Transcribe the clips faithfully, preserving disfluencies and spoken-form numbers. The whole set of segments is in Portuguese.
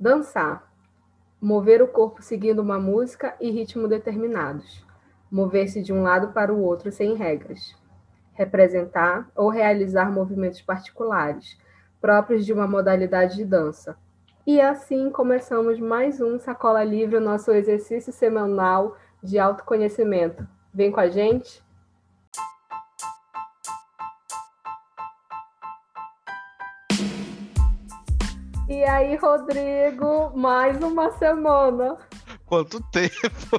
Dançar. Mover o corpo seguindo uma música e ritmo determinados. Mover-se de um lado para o outro sem regras. Representar ou realizar movimentos particulares, próprios de uma modalidade de dança. E assim começamos mais um Sacola Livre, o nosso exercício semanal de autoconhecimento. Vem com a gente? E aí, Rodrigo, mais uma semana. Quanto tempo!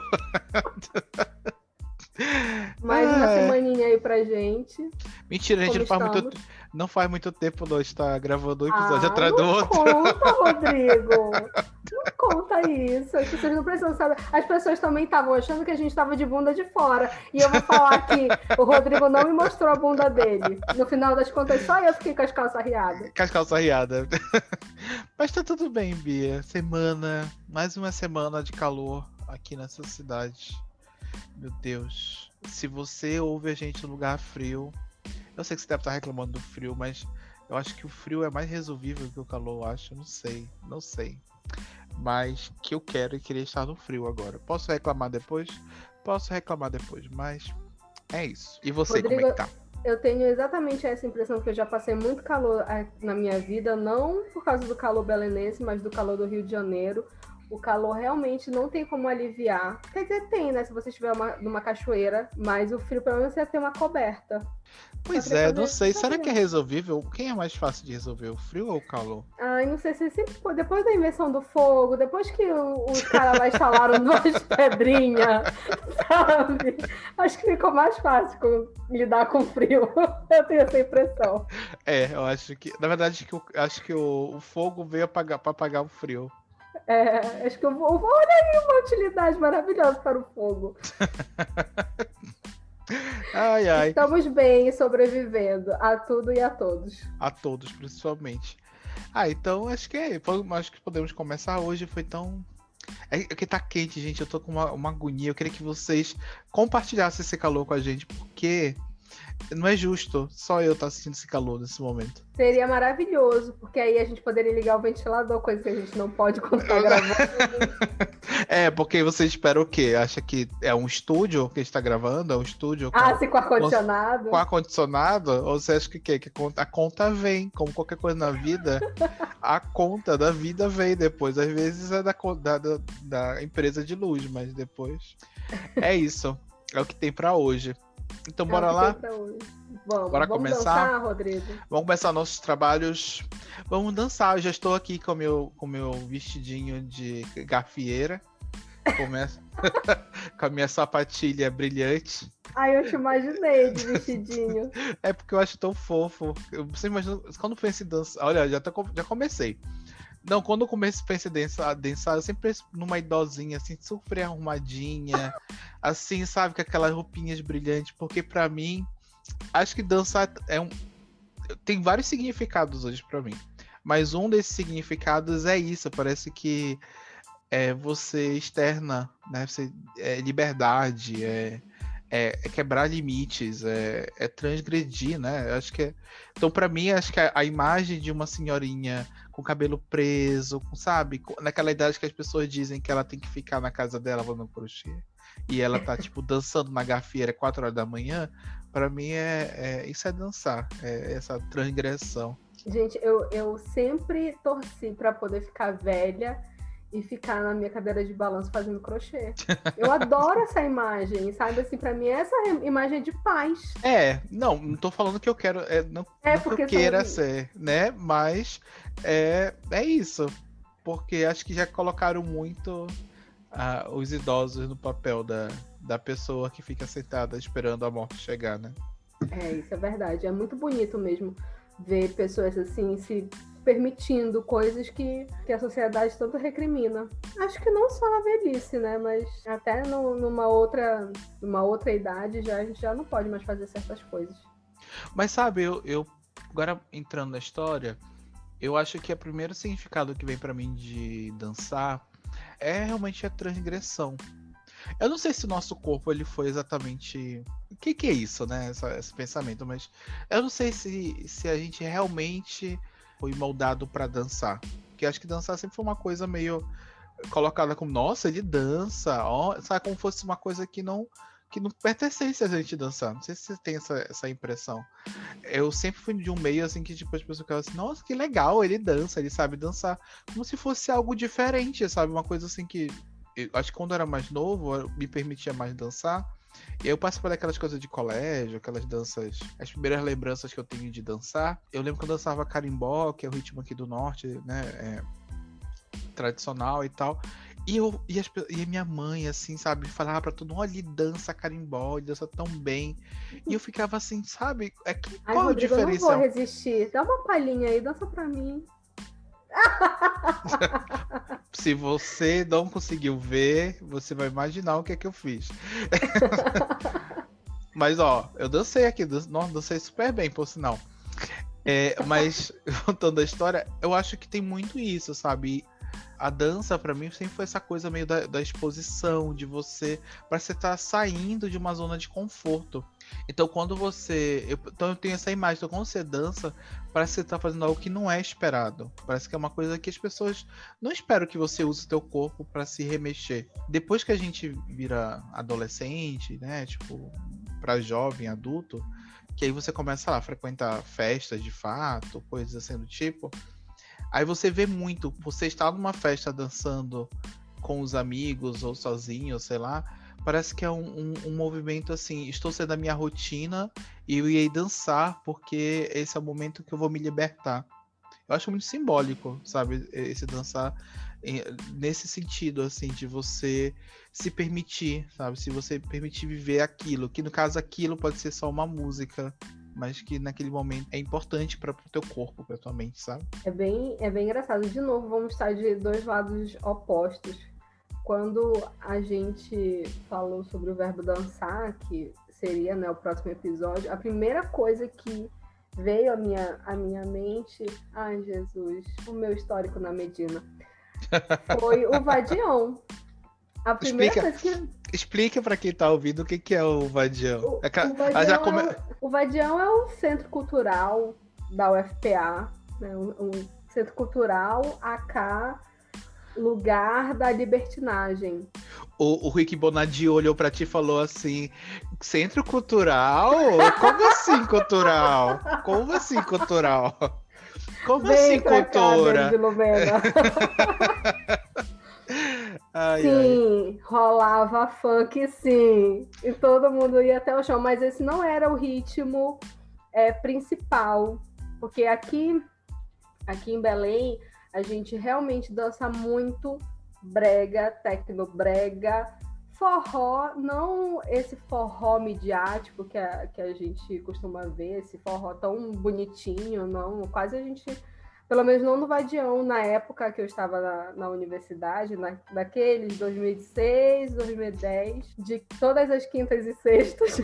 Mais uma É. semaninha aí pra gente. Mentira, a gente não Como faz, muito, estamos? não faz muito tempo, não. A gente tá gravando um episódio Ah, atrás do não outro. conta, Rodrigo. Não conta isso. As pessoas não precisam saber. As pessoas também estavam achando que a gente estava de bunda de fora. E eu vou falar que o Rodrigo não me mostrou a bunda dele. No final das contas, só eu fiquei com as calças riadas. Com as calças riadas. Mas tá tudo bem, Bia. Semana, mais uma semana de calor aqui nessa cidade. Meu Deus. Se você ouve a gente no lugar frio, eu sei que você deve estar reclamando do frio, mas eu acho que o frio é mais resolvível que o calor, eu acho. Não sei, não sei. Mas que eu quero e queria estar no frio agora. Posso reclamar depois? Posso reclamar depois, mas é isso. E você, Rodrigo, como é que tá? Eu tenho exatamente essa impressão que eu já passei muito calor na minha vida, não por causa do calor belenense, mas do calor do Rio de Janeiro. O calor realmente não tem como aliviar. Quer dizer, tem, né? Se você estiver uma, numa cachoeira, mas o frio, pelo menos, você ter uma coberta. Pois é, não sei. Será que é resolvível? Quem é mais fácil de resolver, o frio ou o calor? Ai, não sei se sempre foi. Depois da invenção do fogo, depois que o- os caras lá instalaram duas pedrinhas, sabe? Acho que ficou mais fácil com- lidar com frio. Eu tenho essa impressão. É, eu acho que. Na verdade, que eu acho que o, o fogo veio apagar, pra apagar o frio. É, acho que eu vou. Olha aí uma utilidade maravilhosa para o fogo. Ai, ai. Estamos bem sobrevivendo a tudo e a todos. A todos, principalmente. Ah, então acho que é. po- Acho que podemos começar hoje. Foi tão. É é que tá quente, gente. Eu tô com uma, uma agonia. Eu queria que vocês compartilhassem esse calor com a gente, porque não é justo só eu estar sentindo esse calor nesse momento. Seria maravilhoso, porque aí a gente poderia ligar o ventilador, coisa que a gente não pode quando tá gravando. É, porque você espera o quê? Acha que é um estúdio que a gente tá gravando? É um estúdio com, Ah, se com ar-condicionado. com ar-condicionado? Ou você acha que o quê? Que a conta- a conta vem, como qualquer coisa na vida, a conta da vida vem depois. Às vezes é da, co- da, da, da empresa de luz, mas depois é isso. É o que tem pra hoje. Então É o bora que lá? tem pra hoje. Vamos, Bora vamos começar? dançar, Rodrigo? Vamos começar nossos trabalhos. Vamos dançar. Eu já estou aqui com o meu, com o meu vestidinho de gafieira. Começa com a minha sapatilha brilhante. Ai, eu te imaginei de vestidinho. É porque eu acho tão fofo. Eu- Você imagina, quando eu penso em dançar. Olha, já, tá, com- já comecei. Não, quando eu começo penso em dançar, dançar, eu sempre penso numa idosinha, assim, super arrumadinha. Assim, sabe, com aquelas roupinhas brilhantes. Porque pra mim, acho que dançar é um. Tem vários significados hoje pra mim. Mas um desses significados é isso. Parece que é você externa, né? Você, é liberdade, é, é, é quebrar limites, é, é transgredir, né? Eu acho que é... Então, pra mim, acho que a, a imagem de uma senhorinha com cabelo preso, com, sabe? Com- naquela idade que as pessoas dizem que ela tem que ficar na casa dela fazendo crochê. E ela tá, tipo, dançando na gafieira quatro horas da manhã. Pra mim, é, é isso é dançar. É essa transgressão. Gente, eu, eu sempre torci pra poder ficar velha e ficar na minha cadeira de balanço fazendo crochê. Eu adoro essa imagem, sabe? Assim, pra mim, essa imagem é de paz. É, não, não tô falando que eu quero, é, não, É, não que porque eu queira são- ser, né? Mas é, é isso. Porque acho que já colocaram muito ah, os idosos no papel da, da pessoa que fica sentada esperando a morte chegar, né? É, isso é verdade. É muito bonito mesmo ver pessoas assim se permitindo coisas que, que a sociedade tanto recrimina. Acho que não só na velhice, né? Mas até no- numa outra, numa outra idade já, a gente já não pode mais fazer certas coisas. Mas sabe, eu, eu agora entrando na história, eu acho que o primeiro significado que vem pra mim de dançar é realmente a transgressão. Eu não sei se o nosso corpo ele foi exatamente. O que, que é isso, né? Essa- esse pensamento, mas eu não sei se, se a gente realmente foi moldado pra dançar. Porque acho que dançar sempre foi uma coisa meio colocada como, nossa, ele dança, ó, sabe, como fosse uma coisa que não, que não pertencesse a gente dançar. Não sei se você tem essa, essa impressão. Eu sempre fui de um meio assim que tipo, as pessoas ficavam assim, nossa, que legal, ele dança, ele sabe dançar. Como se fosse algo diferente, sabe? Uma coisa assim que. Eu acho que quando eu era mais novo, eu me permitia mais dançar. E aí eu passei por aquelas coisas de colégio, aquelas danças. As primeiras lembranças que eu tenho de dançar. Eu lembro que eu dançava carimbó, que é o ritmo aqui do norte, né? É, tradicional e tal. E, eu, e, as, e a minha mãe, assim, sabe, falava pra todo mundo, olha, ele dança carimbó, ele dança tão bem. E eu ficava assim, sabe, é que, Ai, qual é o Rodrigo, eu não vou diferencial? resistir. Dá uma palhinha aí, dança pra mim. Se você não conseguiu ver, você vai imaginar o que é que eu fiz. Mas, ó, eu dancei aqui, dan- não, dancei super bem, por sinal. É, mas, voltando à história, eu acho que tem muito isso, sabe? A dança, pra mim, sempre foi essa coisa meio da, da exposição, de você. Parece que você tá saindo de uma zona de conforto. Então, quando você. Eu, então, eu tenho essa imagem. Então, quando você dança, parece que você tá fazendo algo que não é esperado. Parece que é uma coisa que as pessoas não esperam que você use o teu corpo pra se remexer. Depois que a gente vira adolescente, né? Tipo, pra jovem, adulto, que aí você começa lá, a frequentar festas de fato, coisas assim do tipo. Aí você vê muito, você está numa festa dançando com os amigos ou sozinho, sei lá, parece que é um, um, um movimento assim, estou saindo da minha rotina e eu ia dançar porque esse é o momento que eu vou me libertar. Eu acho muito simbólico, sabe, esse dançar nesse sentido, assim, de você se permitir, sabe, se você permitir viver aquilo, que no caso aquilo pode ser só uma música, mas que naquele momento é importante para o teu corpo, para tua mente, sabe? É bem, é bem engraçado. De novo, vamos estar de dois lados opostos. Quando a gente falou sobre o verbo dançar, que seria, né, o próximo episódio, a primeira coisa que veio à minha, à minha mente, ai Jesus, o meu histórico na Medina, foi o vadião. A primeira Explica, coisa que... explica para quem tá ouvindo o que, que é o vadião. O, É ca- o, ah, já vadião come... é o, o Vadião é um centro cultural da U F P A, né, um, um centro cultural A K, lugar da libertinagem. o, o Rick Bonadio olhou para ti e falou assim: Centro cultural? Como assim cultural? Como assim cultural? Como Vem assim pra cá, David cultura? Lumena. Ai, ai. Sim, rolava funk, sim. E todo mundo ia até o chão, mas esse não era o ritmo é, principal. Porque aqui, aqui em Belém, a gente realmente dança muito brega, tecnobrega, forró, não esse forró midiático que a, que a gente costuma ver, esse forró tão bonitinho, não. Quase a gente... Pelo menos não no Vadião, na época que eu estava na, na universidade, na, naqueles dois mil e seis, dois mil e dez, de todas as quintas e sextas,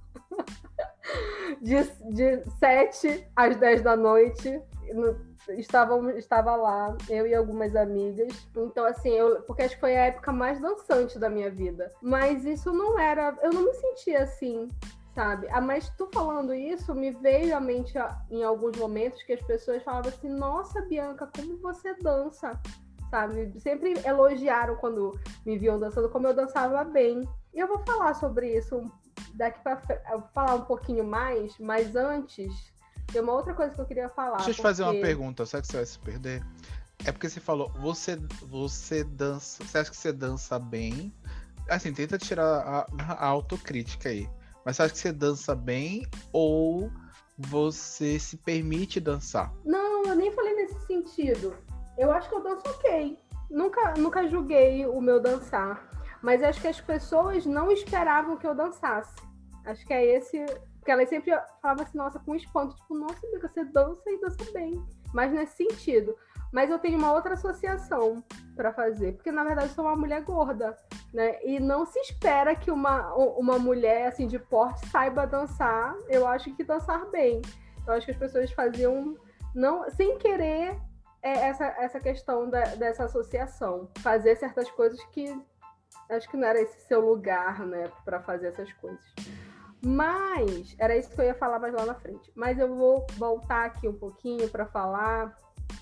de, de sete às dez da noite, no, estava, estava lá, eu e algumas amigas. Então, assim, eu, porque acho que foi a época mais dançante da minha vida. Mas isso não era... Eu não me sentia assim, sabe? Ah, mas tu falando isso, me veio à mente em alguns momentos que as pessoas falavam assim, nossa, Bianca, como você dança, sabe? Sempre elogiaram quando me viam dançando, como eu dançava bem. E eu vou falar sobre isso daqui pra falar um pouquinho mais, mas antes, tem uma outra coisa que eu queria falar. Deixa eu te porque... fazer uma pergunta, será que você vai se perder? É porque você falou, você, você dança, você acha que você dança bem? Assim, tenta tirar a, a autocrítica aí. Mas você acha que você dança bem ou você se permite dançar? Não, eu nem falei nesse sentido. Eu acho que eu danço ok. Nunca, nunca julguei o meu dançar. Mas acho que as pessoas não esperavam que eu dançasse. Acho que é esse... Porque elas sempre falavam assim, nossa, com espanto. Tipo, nossa, amiga, você dança e dança bem. Mas nesse sentido. Mas eu tenho uma outra associação para fazer. Porque, na verdade, eu sou uma mulher gorda, né? E não se espera que uma, uma mulher, assim, de porte saiba dançar. Eu acho que dançar bem. Eu acho que as pessoas faziam, não, sem querer, é, essa, essa questão da, dessa associação. Fazer certas coisas que acho que não era esse seu lugar, né? Para fazer essas coisas. Mas, era isso que eu ia falar mais lá na frente. Mas eu vou voltar aqui um pouquinho para falar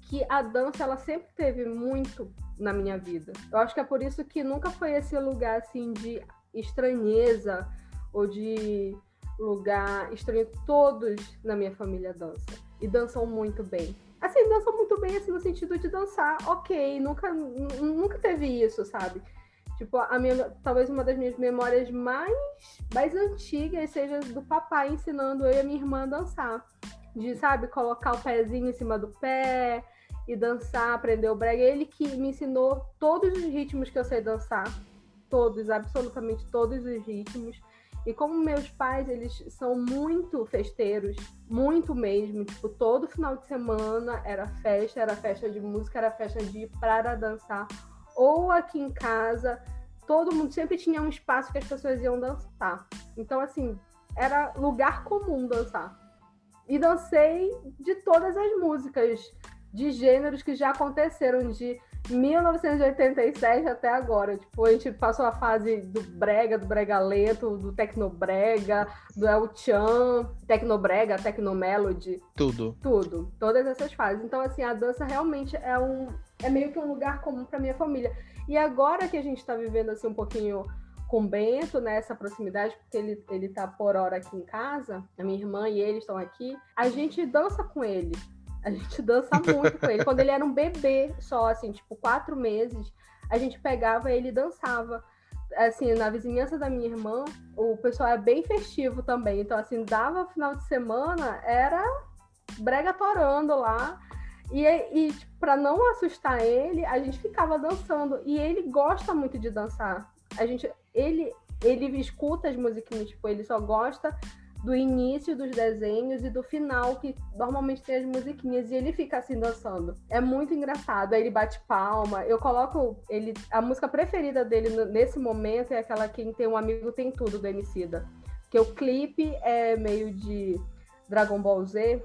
que a dança ela sempre teve muito na minha vida. Eu acho que é por isso que nunca foi esse lugar assim de estranheza ou de lugar estranho. Todos na minha família dançam e dançam muito bem. Assim, dançam muito bem assim, no sentido de dançar, ok, nunca, nunca teve isso, sabe? Tipo, a minha, talvez uma das minhas memórias mais, mais antigas seja do papai ensinando eu e a minha irmã a dançar. De, sabe, colocar o pezinho em cima do pé e dançar, aprender o brega. Ele que me ensinou todos os ritmos que eu sei dançar. Todos, absolutamente todos os ritmos. E como meus pais, eles são muito festeiros, muito mesmo. Tipo, todo final de semana era festa, era festa de música, era festa de ir para dançar. Ou aqui em casa, todo mundo sempre tinha um espaço que as pessoas iam dançar. Então, assim, era lugar comum dançar. E dancei de todas as músicas, de gêneros que já aconteceram, de mil novecentos e oitenta e sete até agora. Tipo, a gente passou a fase do brega, do brega lento, do tecnobrega, do El Chan, tecnobrega, tecnomelody. Tudo. Tudo. Todas essas fases. Então, assim, a dança realmente é um... é meio que um lugar comum para minha família. E agora que a gente está vivendo assim um pouquinho com o Bento, né, essa proximidade, porque ele, ele tá por hora aqui em casa, a minha irmã e ele estão aqui, a gente dança com ele. A gente dança muito com ele. Quando ele era um bebê só, assim, tipo, quatro meses, a gente pegava ele e dançava. Assim, na vizinhança da minha irmã, o pessoal é bem festivo também. Então, assim, dava final de semana, era brega torando lá. E, e tipo, para não assustar ele, a gente ficava dançando. E ele gosta muito de dançar. A gente, ele, ele escuta as musiquinhas, tipo, ele só gosta do início dos desenhos e do final, que normalmente tem as musiquinhas, e ele fica assim dançando. É muito engraçado. Aí ele bate palma. Eu coloco ele, a música preferida dele nesse momento é aquela Quem Tem um Amigo Tem Tudo, do Emicida. Que o clipe é meio de Dragon Ball Z.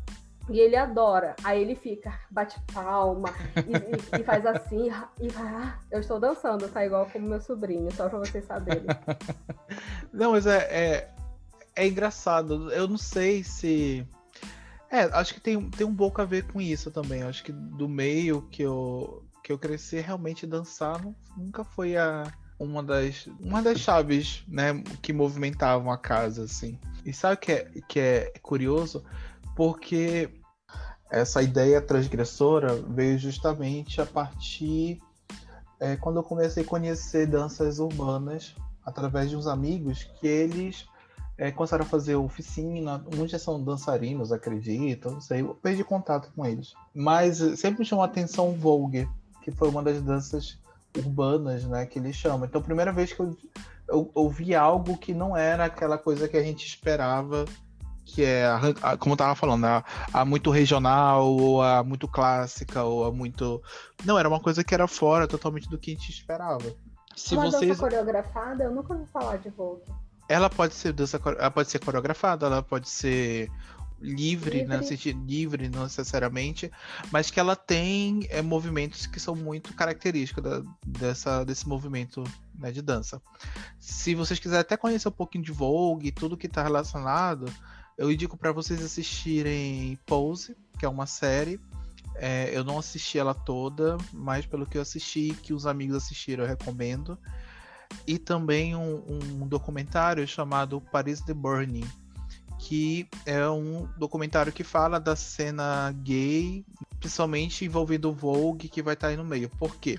E ele adora. Aí ele fica, bate palma e, e, e faz assim. E vai, eu estou dançando, tá? Igual como meu sobrinho, só pra vocês saberem. Não, mas é, é, é engraçado. Eu não sei se... É, acho que tem, tem um pouco a ver com isso também. Acho que do meio que eu, que eu cresci, realmente dançar não, nunca foi a, uma, das, uma das chaves, né, que movimentavam a casa, assim. E sabe o que é, que é curioso? Porque essa ideia transgressora veio justamente a partir é, quando eu comecei a conhecer danças urbanas através de uns amigos que eles é, começaram a fazer oficina. Muitos já são dançarinos, acredito, não sei, eu perdi contato com eles. Mas sempre me chamou a atenção o Vogue, que foi uma das danças urbanas, né, que eles chamam. Então, a primeira vez que eu, eu, eu vi algo que não era aquela coisa que a gente esperava, que é, a, como eu tava falando, a, a muito regional, ou a muito clássica, ou a muito... Não, era uma coisa que era fora totalmente do que a gente esperava. Se uma vocês... dança coreografada, eu nunca ouvi falar de Vogue. Ela pode ser dança, ela pode ser coreografada, ela pode ser livre, Livre. né, sentido livre, não necessariamente, mas que ela tem é, movimentos que são muito característicos da, dessa, desse movimento, né, de dança. Se vocês quiserem até conhecer um pouquinho de Vogue, tudo que está relacionado, eu indico para vocês assistirem Pose, que é uma série. É, eu não assisti ela toda, mas pelo que eu assisti, que os amigos assistiram, eu recomendo. E também um, um documentário chamado Paris the Burning, que é um documentário que fala da cena gay, principalmente envolvendo o Vogue, que vai estar aí no meio. Por quê?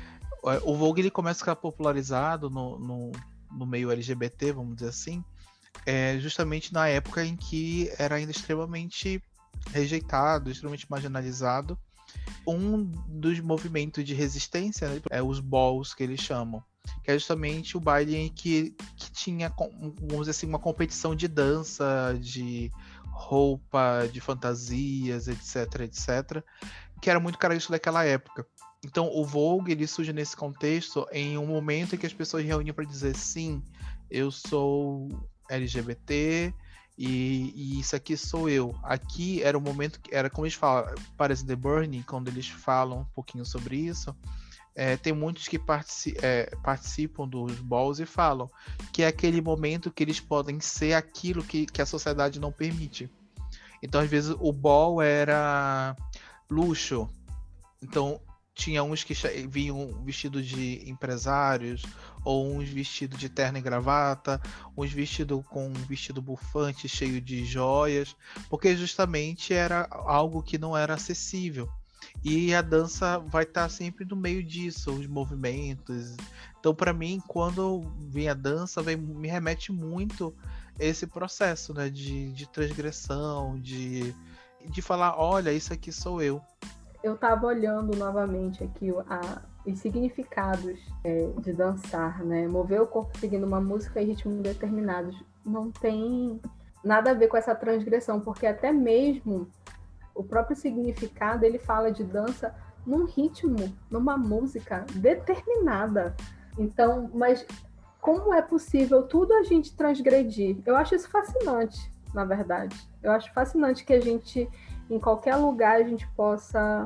O Vogue ele começa a ficar popularizado no, no, no meio L G B T, vamos dizer assim, é justamente na época em que era ainda extremamente rejeitado, extremamente marginalizado. Um dos movimentos de resistência, né, é os balls, que eles chamam, que é justamente o baile em que, que tinha, vamos dizer assim, uma competição de dança, de roupa, de fantasias, etc, etc, que era muito característico daquela época. Então o Vogue ele surge nesse contexto em um momento em que as pessoas reuniam para dizer sim, eu sou L G B T e, e isso aqui sou eu. Aqui era o momento que era como eles falam, parece The Burning, quando eles falam um pouquinho sobre isso. É, tem muitos que partici- é, participam dos balls e falam que é aquele momento que eles podem ser aquilo que, que a sociedade não permite. Então, às vezes, o ball era luxo. Então, tinha uns que vinham vestidos de empresários, ou uns vestidos de terno e gravata, uns vestidos com um vestido bufante, cheio de joias, porque justamente era algo que não era acessível. E a dança vai estar sempre no meio disso, os movimentos. Então, para mim, quando vem a dança, vem, me remete muito a esse processo, né, de, de transgressão, de, de falar, olha, isso aqui sou eu. Eu estava olhando novamente aqui a, os significados é, de dançar, né? Mover o corpo seguindo uma música e ritmo determinados. Não tem nada a ver com essa transgressão, porque até mesmo o próprio significado, ele fala de dança num ritmo, numa música determinada. Então, mas como é possível tudo a gente transgredir? Eu acho isso fascinante, na verdade. Eu acho fascinante que a gente, em qualquer lugar, a gente possa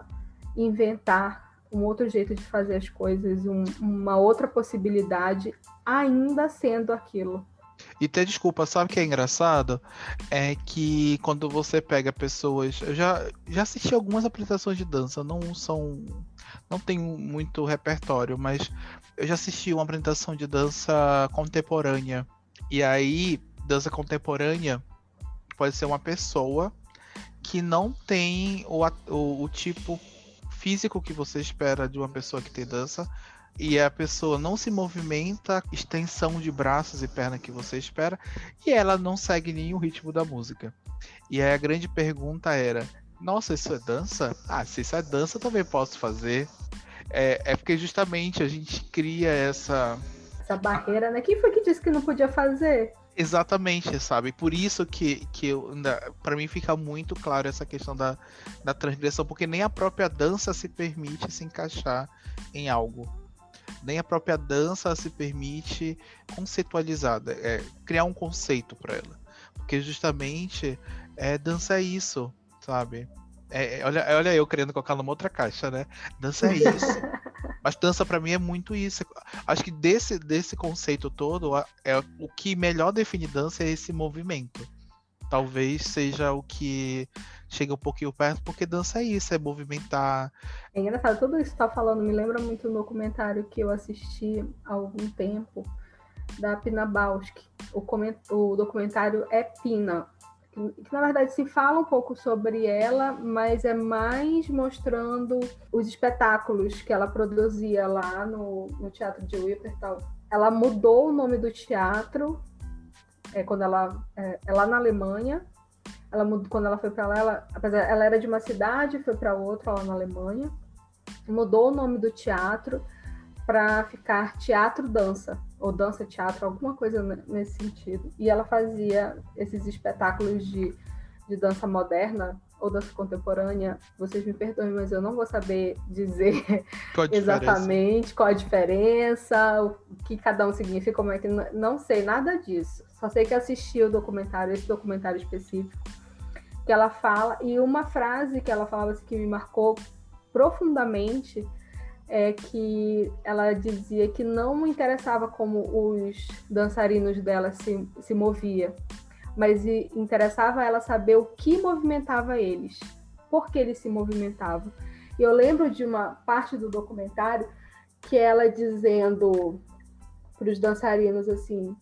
inventar um outro jeito de fazer as coisas, um, uma outra possibilidade, ainda sendo aquilo. E ter desculpa, sabe o que é engraçado? É que quando você pega pessoas. Eu já, já assisti algumas apresentações de dança, não são. Não tenho muito repertório, mas eu já assisti uma apresentação de dança contemporânea. E aí, dança contemporânea pode ser uma pessoa que não tem o, o, o tipo físico que você espera de uma pessoa que tem dança. E a pessoa não se movimenta, extensão de braços e perna que você espera, e ela não segue nenhum ritmo da música. E aí a grande pergunta era, nossa, isso é dança? Ah, se isso é dança, eu também posso fazer. É, é porque justamente a gente cria essa... Essa barreira, né? Quem foi que disse que não podia fazer? Exatamente, sabe? Por isso que, que eu, para mim fica muito claro essa questão da, da transgressão, porque nem a própria dança se permite se encaixar em algo. Nem a própria dança se permite conceitualizada, é, criar um conceito para ela. Porque justamente é, dança é isso, sabe? É, olha, olha eu querendo colocar numa outra caixa, né? Dança é isso. Mas dança para mim é muito isso. Acho que desse, desse conceito todo, é, o que melhor define dança é esse movimento. Talvez seja o que chega um pouquinho perto, porque dança é isso, é movimentar. É engraçado, tudo isso que você tá falando me lembra muito um documentário que eu assisti há algum tempo, da Pina Bausch. O, coment... o documentário é Pina, que, que na verdade se fala um pouco sobre ela, mas é mais mostrando os espetáculos que ela produzia lá no, no Teatro de Wuppertal. Ela mudou o nome do teatro, É, quando ela é, é lá na Alemanha, ela mudou, quando ela foi para lá, ela, apesar, ela era de uma cidade, foi para outra lá na Alemanha, mudou o nome do teatro para ficar Teatro Dança, ou Dança Teatro, alguma coisa nesse sentido. E ela fazia esses espetáculos de, de dança moderna ou dança contemporânea. Vocês me perdoem, mas eu não vou saber dizer qual exatamente qual a diferença, o que cada um significa, como é que... Não sei nada disso. Só sei que assisti o documentário, esse documentário específico, que ela fala, e uma frase que ela falava assim, que me marcou profundamente, é que ela dizia que não interessava como os dançarinos dela se, se moviam, mas interessava ela saber o que movimentava eles, por que eles se movimentavam. E eu lembro de uma parte do documentário que ela dizendo para os dançarinos assim,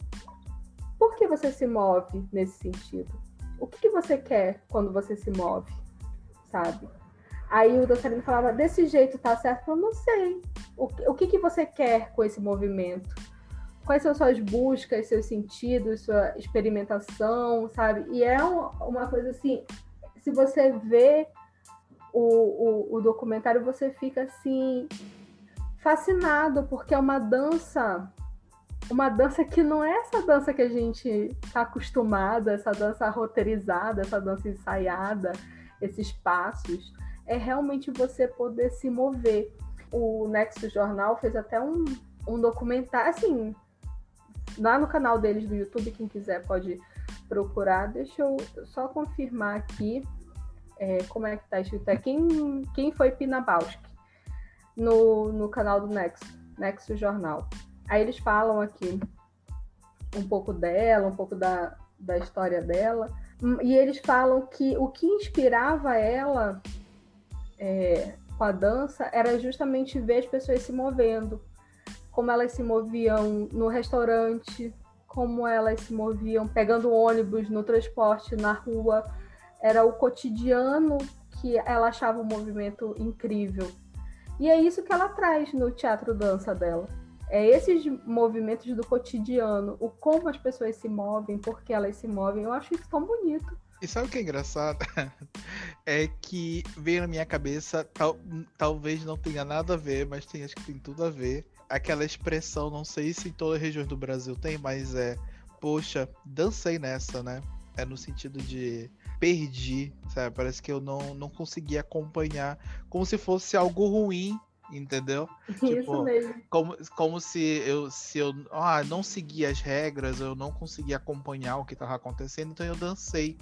por que você se move nesse sentido? O que, que você quer quando você se move, sabe? Aí o dançarino falava, desse jeito tá certo? Eu não sei. O, o que, que você quer com esse movimento? Quais são suas buscas, seus sentidos, sua experimentação, sabe? E é um, uma coisa assim, se você vê o, o, o documentário, você fica assim, fascinado, porque é uma dança, uma dança que não é essa dança que a gente está acostumado, essa dança roteirizada, essa dança ensaiada, esses passos. É realmente você poder se mover. O Nexus Jornal fez até um, um documentário, assim, lá no canal deles do YouTube, quem quiser pode procurar. Deixa eu só confirmar aqui é, como é que tá escrito. É quem, quem foi Pina Bausch no, no canal do Nexus, Nexus Jornal. Aí eles falam aqui um pouco dela, um pouco da, da história dela, e eles falam que o que inspirava ela é, com a dança era justamente ver as pessoas se movendo, como elas se moviam no restaurante, como elas se moviam pegando ônibus, no transporte, na rua. Era o cotidiano que ela achava um movimento incrível. E é isso que ela traz no teatro-dança dela. É esses movimentos do cotidiano, o como as pessoas se movem, por que elas se movem. Eu acho isso tão bonito. E sabe o que é engraçado? É que veio na minha cabeça, tal, talvez não tenha nada a ver, mas tem, acho que tem tudo a ver. Aquela expressão, não sei se em todas as regiões do Brasil tem, mas é, poxa, dancei nessa, né? É no sentido de perdi, sabe? Parece que eu não, não consegui acompanhar, como se fosse algo ruim, entendeu? Isso Tipo, mesmo. como, como se eu, se eu ah, não segui as regras, eu não consegui acompanhar o que estava acontecendo, então eu dancei.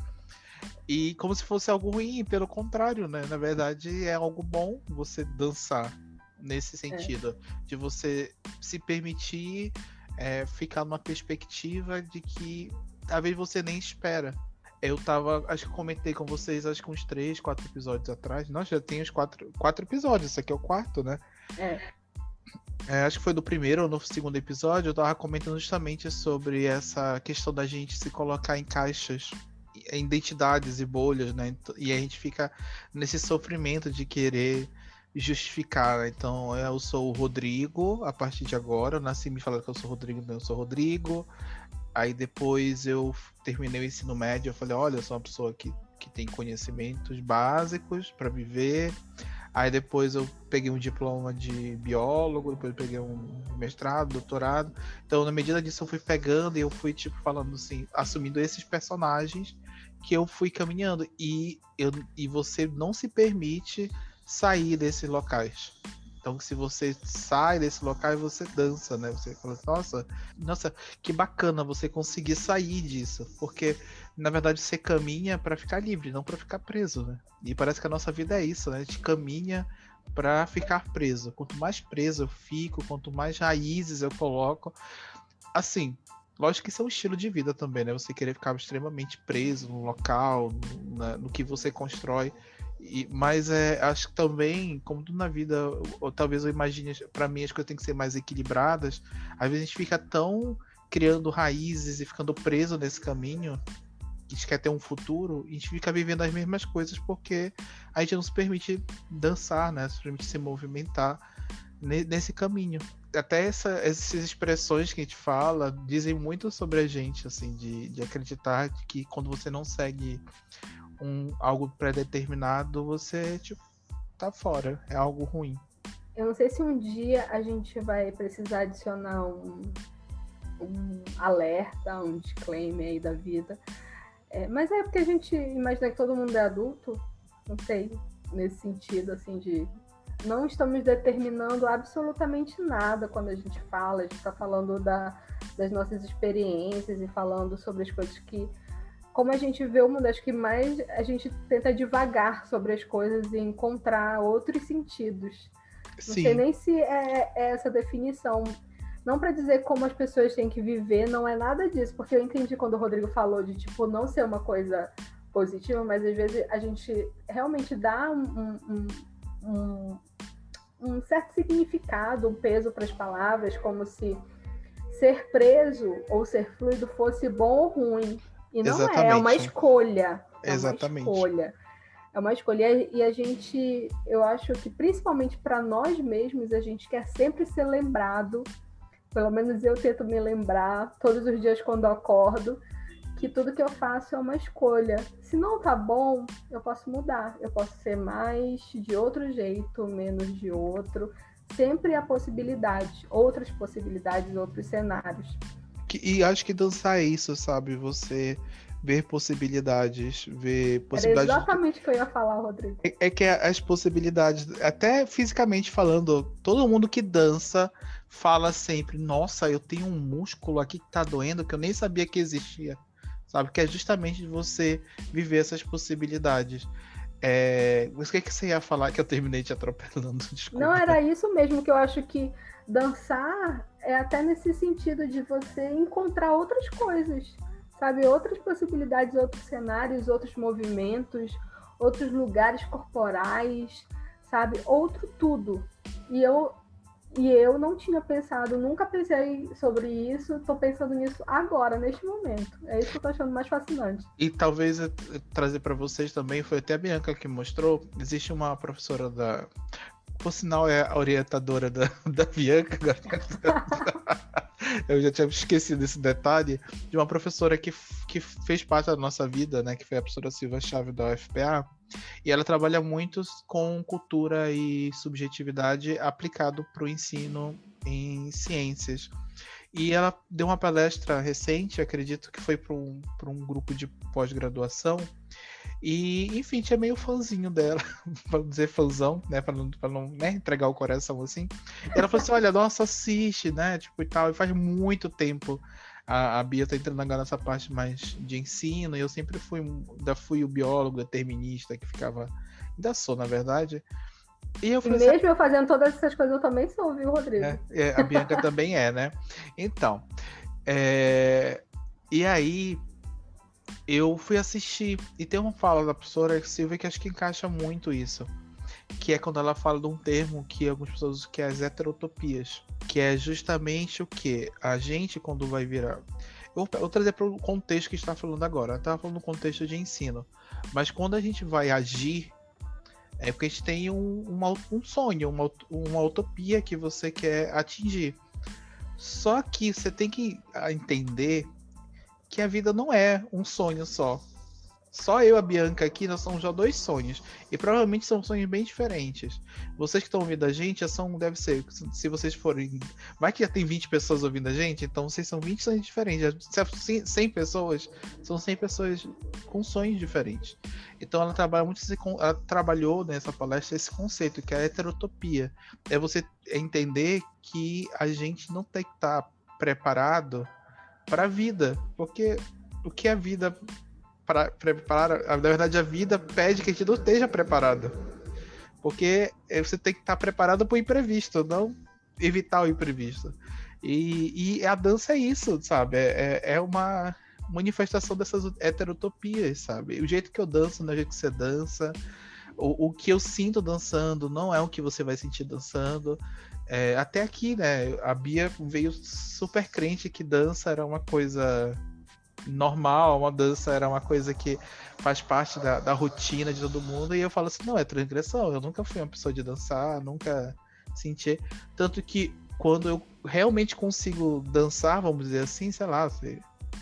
E como se fosse algo ruim, pelo contrário, né? Na verdade, é algo bom você dançar nesse sentido, é. De você se permitir é, ficar numa perspectiva de que talvez você nem espera. Eu tava, acho que comentei com vocês, acho que uns três, quatro episódios atrás. Nossa, já tem os quatro, quatro episódios, esse aqui é o quarto, né? É. É, acho que foi do primeiro ou no segundo episódio, eu tava comentando justamente sobre essa questão da gente se colocar em caixas, identidades e bolhas, né? E a gente fica nesse sofrimento de querer justificar, né? Então eu sou o Rodrigo a partir de agora, eu nasci me falando que eu sou Rodrigo, então eu sou Rodrigo. Aí depois eu terminei o ensino médio, eu falei, olha, eu sou uma pessoa que, que tem conhecimentos básicos para viver. Aí depois eu peguei um diploma de biólogo, depois eu peguei um mestrado, doutorado. Então, na medida disso, eu fui pegando e eu fui, tipo, falando assim, assumindo esses personagens que eu fui caminhando. E, eu, e você não se permite sair desses locais. Então, se você sai desse local, você dança, né? Você fala assim, nossa, nossa, que bacana você conseguir sair disso. Porque, na verdade, você caminha para ficar livre, não para ficar preso, né? E parece que a nossa vida é isso, né? A gente caminha para ficar preso. Quanto mais preso eu fico, quanto mais raízes eu coloco. Assim, lógico que isso é um estilo de vida também, né? Você querer ficar extremamente preso no local, no, no que você constrói. E, mas é, acho que também, como tudo na vida, ou talvez eu imagine, para mim as coisas têm que ser mais equilibradas. Às vezes a gente fica tão criando raízes e ficando preso nesse caminho, que a gente quer ter um futuro, e a gente fica vivendo as mesmas coisas porque a gente não se permite dançar, né? Se permite se movimentar nesse caminho. Até essa, essas expressões que a gente fala dizem muito sobre a gente, assim, de, de acreditar que quando você não segue Um, algo pré-determinado, você tipo, tá fora, é algo ruim. Eu não sei se um dia a gente vai precisar adicionar um, um alerta, um disclaimer aí da vida, é, mas é porque a gente imagina que todo mundo é adulto, não sei, nesse sentido, assim, de não estamos determinando absolutamente nada quando a gente fala, a gente está falando da, das nossas experiências e falando sobre as coisas que, como a gente vê o mundo, acho que mais a gente tenta divagar sobre as coisas e encontrar outros sentidos. Não Sim. sei nem se é, é essa definição. Não para dizer como as pessoas têm que viver, não é nada disso, porque eu entendi quando o Rodrigo falou de tipo não ser uma coisa positiva, mas às vezes a gente realmente dá um, um, um, um certo significado, um peso para as palavras, como se ser preso ou ser fluido fosse bom ou ruim. E não Exatamente. é, é uma escolha. É Exatamente. uma escolha. É uma escolha. E a gente, eu acho que principalmente para nós mesmos, a gente quer sempre ser lembrado, pelo menos eu tento me lembrar todos os dias quando eu acordo, que tudo que eu faço é uma escolha. Se não tá bom, eu posso mudar. Eu posso ser mais de outro jeito, menos de outro. Sempre há possibilidades, outras possibilidades, outros cenários. E acho que dançar é isso, sabe? Você ver possibilidades, ver possibilidades. Era exatamente o que eu ia falar, Rodrigo. É, é que as possibilidades, até fisicamente falando, todo mundo que dança fala sempre, nossa, eu tenho um músculo aqui que tá doendo que eu nem sabia que existia, sabe? Que é justamente você viver essas possibilidades. É... O que, que você ia falar que eu terminei te atropelando? Desculpa. Não, era isso mesmo, que eu acho que dançar é até nesse sentido de você encontrar outras coisas, sabe? Outras possibilidades, outros cenários, outros movimentos, outros lugares corporais. sabe? Outro tudo. E eu, e eu não tinha pensado, nunca pensei sobre isso, tô pensando nisso agora, neste momento. É isso que eu tô achando mais fascinante. E talvez eu trazer para vocês também, foi até a Bianca que mostrou, existe uma professora da... Por sinal, é a orientadora da, da Bianca. Eu já tinha esquecido desse detalhe, de uma professora que, que fez parte da nossa vida, né? Que foi a professora Silva Chave da U F P A. E ela trabalha muito com cultura e subjetividade aplicado para o ensino em ciências. E ela deu uma palestra recente, acredito que foi para um, para um grupo de pós-graduação. E, enfim, tinha meio fãzinho dela, pra não dizer fãzão, né, pra não, pra não né, entregar o coração assim. E ela falou assim, olha, nossa, assiste, né, tipo e tal, e faz muito tempo a, a Bia tá entrando agora nessa parte mais de ensino, e eu sempre fui, ainda fui o biólogo determinista que ficava, ainda sou, na verdade. E, eu falei, e mesmo assim, eu fazendo todas essas coisas, eu também sou, viu, Rodrigo? É, é, a Bianca também é, né? Então, é, e aí... eu fui assistir, e tem uma fala da professora Silvia que acho que encaixa muito isso, que é quando ela fala de um termo que algumas pessoas usam, que é as heterotopias, que é justamente o que? A gente, quando vai virar... Eu vou trazer para o contexto que a gente está falando agora, eu estava falando no contexto de ensino, mas quando a gente vai agir, é porque a gente tem um, uma, um sonho, uma, uma utopia que você quer atingir. Só que você tem que entender que a vida não é um sonho só. Só eu e a Bianca aqui, nós somos já dois sonhos. E provavelmente são sonhos bem diferentes. Vocês que estão ouvindo a gente, já são, deve ser, se vocês forem... Vai que já tem vinte pessoas ouvindo a gente, então vocês são vinte sonhos diferentes. Se cem pessoas, são cem pessoas com sonhos diferentes. Então ela trabalha muito, esse, ela trabalhou nessa palestra esse conceito, que é a heterotopia. É você entender que a gente não tem que estar preparado para a vida, porque o que a vida para preparar, na verdade a vida pede que a gente não esteja preparado, porque você tem que estar preparado para o imprevisto, não evitar o imprevisto. E, e a dança é isso, sabe? É, é uma manifestação dessas heterotopias, sabe? O jeito que eu danço não é o jeito que você dança, o, o que eu sinto dançando não é o que você vai sentir dançando. É, até aqui, né, a Bia veio super crente que dança era uma coisa normal, uma dança era uma coisa que faz parte da, da rotina de todo mundo, e eu falo assim, não, é transgressão, eu nunca fui uma pessoa de dançar, nunca senti, tanto que quando eu realmente consigo dançar, vamos dizer assim, sei lá, você,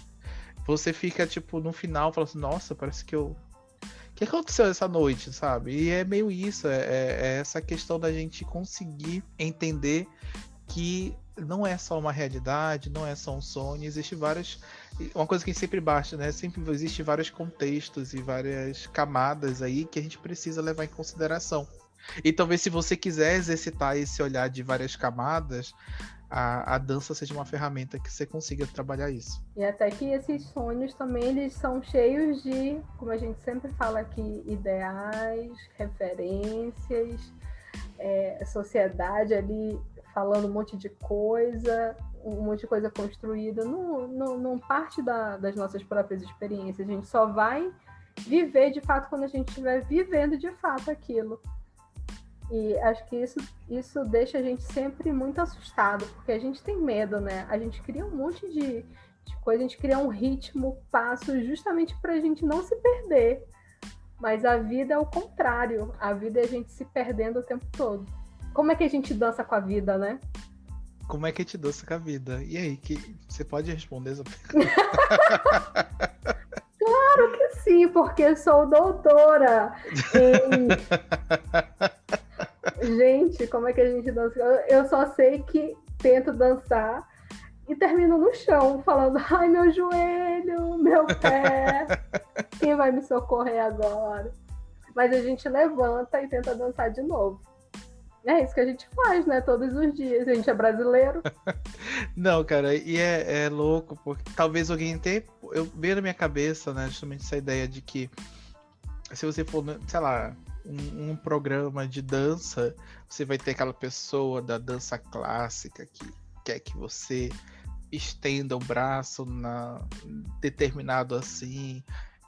você fica tipo no final, fala assim, nossa, parece que eu o que aconteceu essa noite, sabe? E é meio isso, é, é essa questão da gente conseguir entender que não é só uma realidade, não é só um sonho, existe várias... Uma coisa que sempre basta, né? Sempre existe vários contextos e várias camadas aí que a gente precisa levar em consideração. E talvez se você quiser exercitar esse olhar de várias camadas, a, a dança seja uma ferramenta que você consiga trabalhar isso. E até que esses sonhos também, eles são cheios de, como a gente sempre fala aqui, ideais, referências, é, sociedade ali falando um monte de coisa, um monte de coisa construída, não, não, não parte da, das nossas próprias experiências, a gente só vai viver de fato quando a gente estiver vivendo de fato aquilo. E acho que isso, isso deixa a gente sempre muito assustado, porque a gente tem medo, né? A gente cria um monte de, de coisa, a gente cria um ritmo, passo, justamente para a gente não se perder. Mas a vida é o contrário, a vida é a gente se perdendo o tempo todo. Como é que a gente dança com a vida, né? Como é que a gente dança com a vida? E aí, que você pode responder essa pergunta? Claro que sim, porque sou doutora em... Gente, como é que a gente dança? Eu só sei que tento dançar e termino no chão, falando, ai, meu joelho, meu pé, quem vai me socorrer agora? Mas a gente levanta e tenta dançar de novo. É isso que a gente faz, né? Todos os dias. A gente é brasileiro. Não, cara, e é, é louco, porque talvez alguém tenha... Eu vejo na minha cabeça, né, justamente essa ideia de que se você for, sei lá, um, um programa de dança, você vai ter aquela pessoa da dança clássica que quer que você estenda o braço na, determinado assim,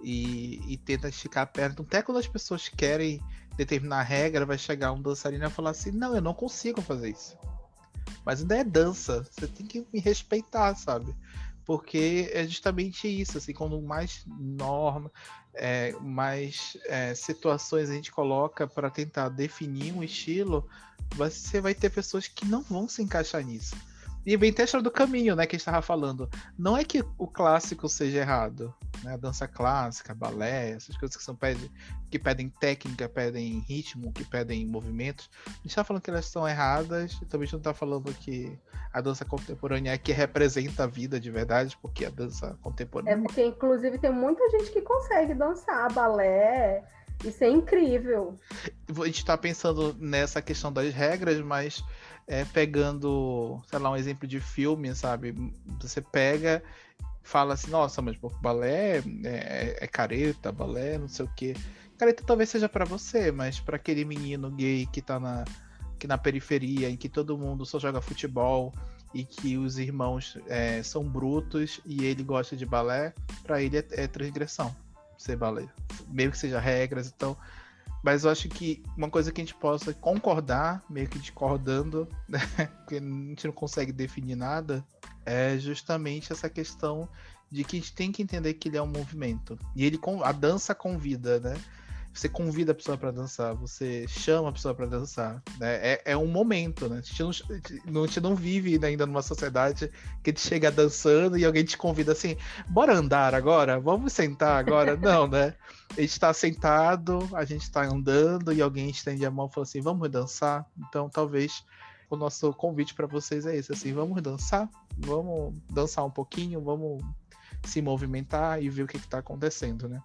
e, e tenta esticar a perna. Então, até quando as pessoas querem determinar a regra, vai chegar um dançarino e vai falar assim, não, eu não consigo fazer isso. Mas ainda é dança, você tem que me respeitar, sabe? Porque é justamente isso, assim, quando mais norma, é, mais é, situações a gente coloca para tentar definir um estilo, você vai ter pessoas que não vão se encaixar nisso. E vem até a história do caminho, né, que a gente estava falando. Não é que o clássico seja errado, né? A dança clássica, balé, essas coisas que são pedem, que pedem técnica, pedem ritmo, que pedem movimentos. A gente está falando que elas são erradas, e também a gente não está falando que a dança contemporânea é que representa a vida de verdade, porque a dança contemporânea... É porque, inclusive, tem muita gente que consegue dançar balé. Isso é incrível. A gente está pensando nessa questão das regras, mas é, pegando, sei lá, um exemplo de filme, sabe? Você pega, fala assim, nossa, mas pô, balé é, é careta, balé, não sei o quê. Careta talvez seja para você, mas para aquele menino gay que tá na, que na periferia, em que todo mundo só joga futebol e que os irmãos é, são brutos e ele gosta de balé, para ele é, é transgressão ser balé, meio que seja regras, então, mas eu acho que uma coisa que a gente possa concordar, meio que discordando, né, porque a gente não consegue definir nada, é justamente essa questão de que a gente tem que entender que ele é um movimento, e ele, a dança convida, né, você convida a pessoa para dançar, você chama a pessoa para dançar, né? É, é um momento, né? A gente, não, a gente não vive ainda numa sociedade que a gente chega dançando e alguém te convida assim, bora andar agora? Vamos sentar agora? Não, né? A gente está sentado, a gente está andando e alguém estende a mão e fala assim, vamos dançar? Então, talvez o nosso convite para vocês é esse, assim, vamos dançar? Vamos dançar um pouquinho, vamos se movimentar e ver o que está acontecendo, né?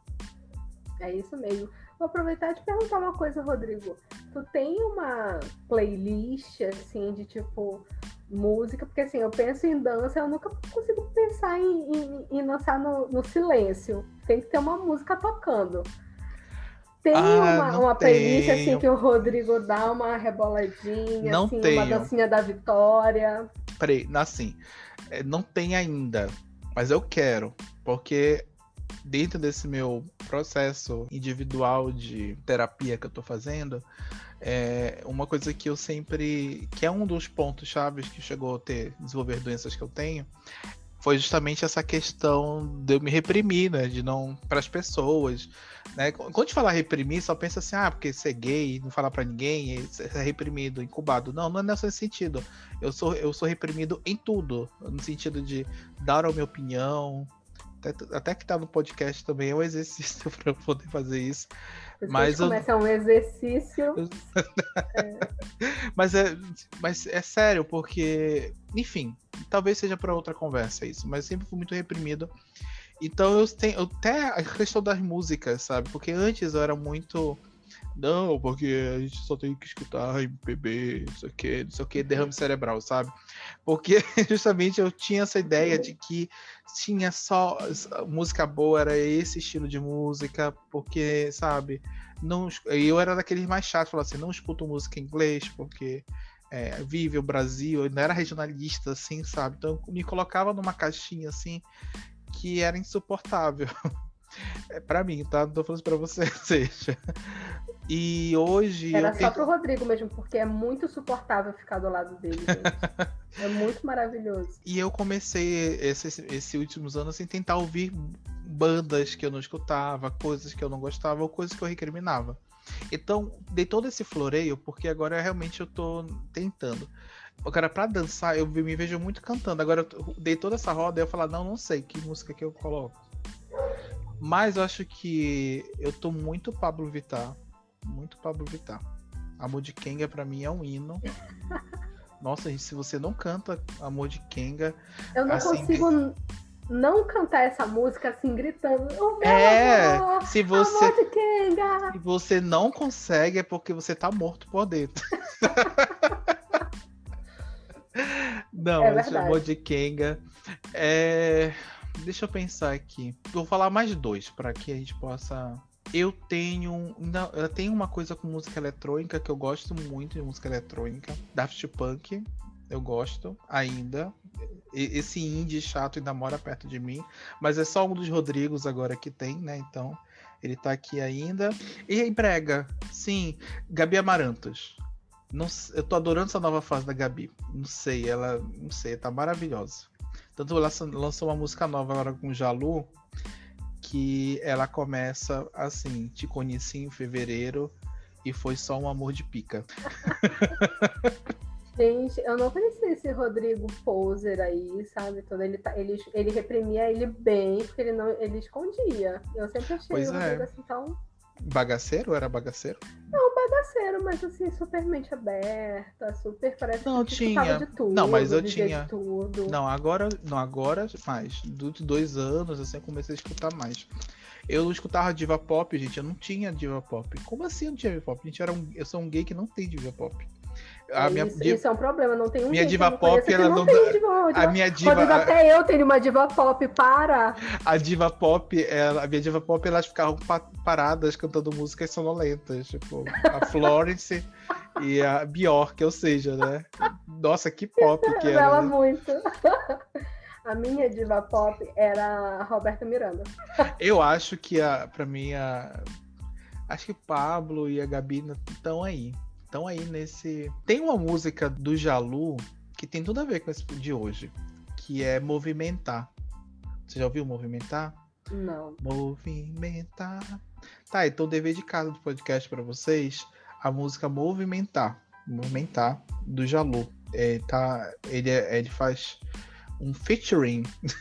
É isso mesmo. Vou aproveitar e te perguntar uma coisa, Rodrigo. Tu tem uma playlist, assim, de tipo música? Porque assim, eu penso em dança, eu nunca consigo pensar em, em, em dançar no, no silêncio. Tem que ter uma música tocando. Tem ah, uma, uma playlist assim que o Rodrigo dá uma reboladinha, não assim, tenho. uma dancinha da vitória. Peraí, assim, não tem ainda, mas eu quero, porque dentro desse meu processo individual de terapia que eu tô fazendo, é uma coisa que eu sempre, que é um dos pontos chaves que chegou a ter, desenvolver doenças que eu tenho, foi justamente essa questão de eu me reprimir, né, de não, para as pessoas, né, quando a gente fala reprimir, só pensa assim, ah, porque ser gay, não falar para ninguém, é reprimido, incubado, não, não é nesse sentido, eu sou, eu sou reprimido em tudo, no sentido de dar a minha opinião. Até, até que tá no podcast também é um exercício para eu poder fazer isso. Mas eu... começa um exercício. é. Mas, é, mas é sério, porque, enfim, talvez seja para outra conversa isso, mas sempre fui muito reprimido. Então eu tenho até a questão das músicas, sabe? Porque antes eu era muito. Não, porque a gente só tem que escutar M P B, não sei o que, não sei o que, derrame cerebral, sabe? Porque justamente eu tinha essa ideia de que tinha só música boa, era esse estilo de música, porque, sabe, não, eu era daqueles mais chatos, falava assim, não escuto música em inglês, porque é, vive o Brasil, eu não era regionalista, assim, sabe? Então eu me colocava numa caixinha, assim, que era insuportável. É pra mim, tá? Não tô falando isso pra você, seja. E hoje... Era eu só tenho... pro Rodrigo mesmo, porque é muito suportável ficar do lado dele, gente. É muito maravilhoso. E eu comecei esses, esses últimos anos assim, tentar ouvir bandas que eu não escutava, coisas que eu não gostava, ou coisas que eu recriminava. Então, dei todo esse floreio, porque agora realmente eu tô tentando. Agora, pra dançar, eu me vejo muito cantando. Agora, eu dei toda essa roda e eu falar, não, não sei que música que eu coloco. Mas eu acho que eu tô muito Pablo Vittar. Muito Pablo Vittar. Amor de Kenga pra mim é um hino. Nossa, gente, se você não canta Amor de Kenga... Eu não assim, consigo que... não cantar essa música assim, gritando. O meu é, amor, se você, Amor de Kenga. Se você não consegue, é porque você tá morto por dentro. Não, é esse Amor de Kenga. É... Deixa eu pensar aqui. Vou falar mais dois, para que a gente possa... Eu tenho, não, eu tenho uma coisa com música eletrônica que eu gosto muito de música eletrônica, Daft Punk eu gosto ainda. E- esse indie chato ainda mora perto de mim, mas é só um dos Rodrigos agora que tem, né? Então, ele tá aqui ainda. E aí, brega, sim, Gabi Amarantos. Não, s- eu tô adorando essa nova fase da Gabi. Não sei, ela, não sei, tá maravilhosa. Tanto ela lançou lançou uma música nova agora com o Jalu, que ela começa assim: te conheci em fevereiro e foi só um amor de pica. Gente, eu não conhecia esse Rodrigo Poser aí, sabe? Todo ele, tá, ele, ele reprimia ele bem, porque ele não ele escondia. Eu sempre achei Pois o Rodrigo é. assim tão Bagaceiro? Era bagaceiro? não bagaceiro, mas assim, super mente aberta, super parece Não, que escutava tinha. de Não, mas tudo, eu dizia de tinha. tudo. Não, agora, não, agora mais. Dos dois anos, assim, eu comecei a escutar mais. Eu escutava diva pop, gente. Eu não tinha diva pop. Como assim eu não tinha diva pop? Gente, eu, era um, eu sou um gay que não tem diva pop. A É, minha, isso, diva, isso é um problema, não tem um minha gay que eu diva não pop, conheça que ela não não. tem diva, A diva. minha diva. Rodrigo, A, até eu tenho uma diva pop, para! a diva pop, ela, a minha diva pop, elas ficavam pa- paradas cantando músicas sonolentas. Tipo, a Florence e a Bjork, ou seja, né? Nossa, que pop que era, Revela né? muito. A minha diva pop era a Roberta Miranda. Eu acho que a, pra mim, a, acho que o Pablo e a Gabi estão aí. Estão aí nesse. Tem uma música do Jalu que tem tudo a ver com esse de hoje, que é Movimentar. Você já ouviu Movimentar? Não. Movimentar. Tá, então o dever de casa do podcast pra vocês, a música Movimentar. Movimentar, do Jalu. É, tá, ele, é- ele faz um featuring,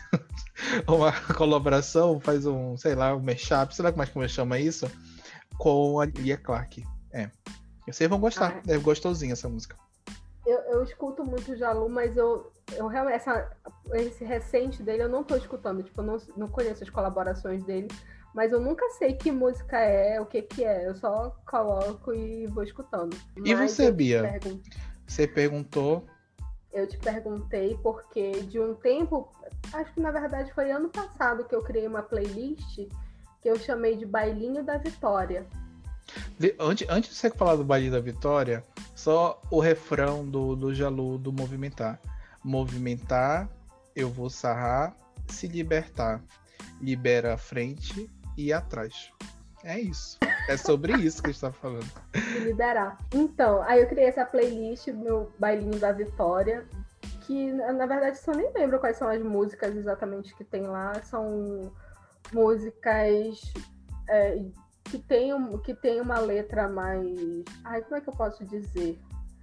uma colaboração, faz um, sei lá, um mashup, sei lá como é que chama isso, com a Lia Clark. É. Vocês vão gostar, Ah, é gostosinha essa música. eu, eu escuto muito o Jalu, mas eu, eu realmente, essa, esse recente dele eu não tô escutando. Tipo, eu não, não conheço as colaborações dele, mas eu nunca sei que música é, o que que é. Eu só coloco e vou escutando. E Mas você, eu te, Bia? pergun Você perguntou. eu te perguntei porque de um tempo, acho que na verdade foi ano passado que eu criei uma playlist que eu chamei de Bailinho da Vitória. Vê, Antes, antes de você falar do Baile da Vitória, só o refrão do, do Jalu do Movimentar. Movimentar, eu vou sarrar, se libertar. Libera a frente e atrás. É isso. É sobre isso que a gente tá falando. Se liberar. Então, aí eu criei essa playlist, meu Bailinho da Vitória, que na verdade eu nem lembro quais são as músicas exatamente que tem lá. São músicas é, que, tem, que tem uma letra mais. Ai, como é que eu posso dizer?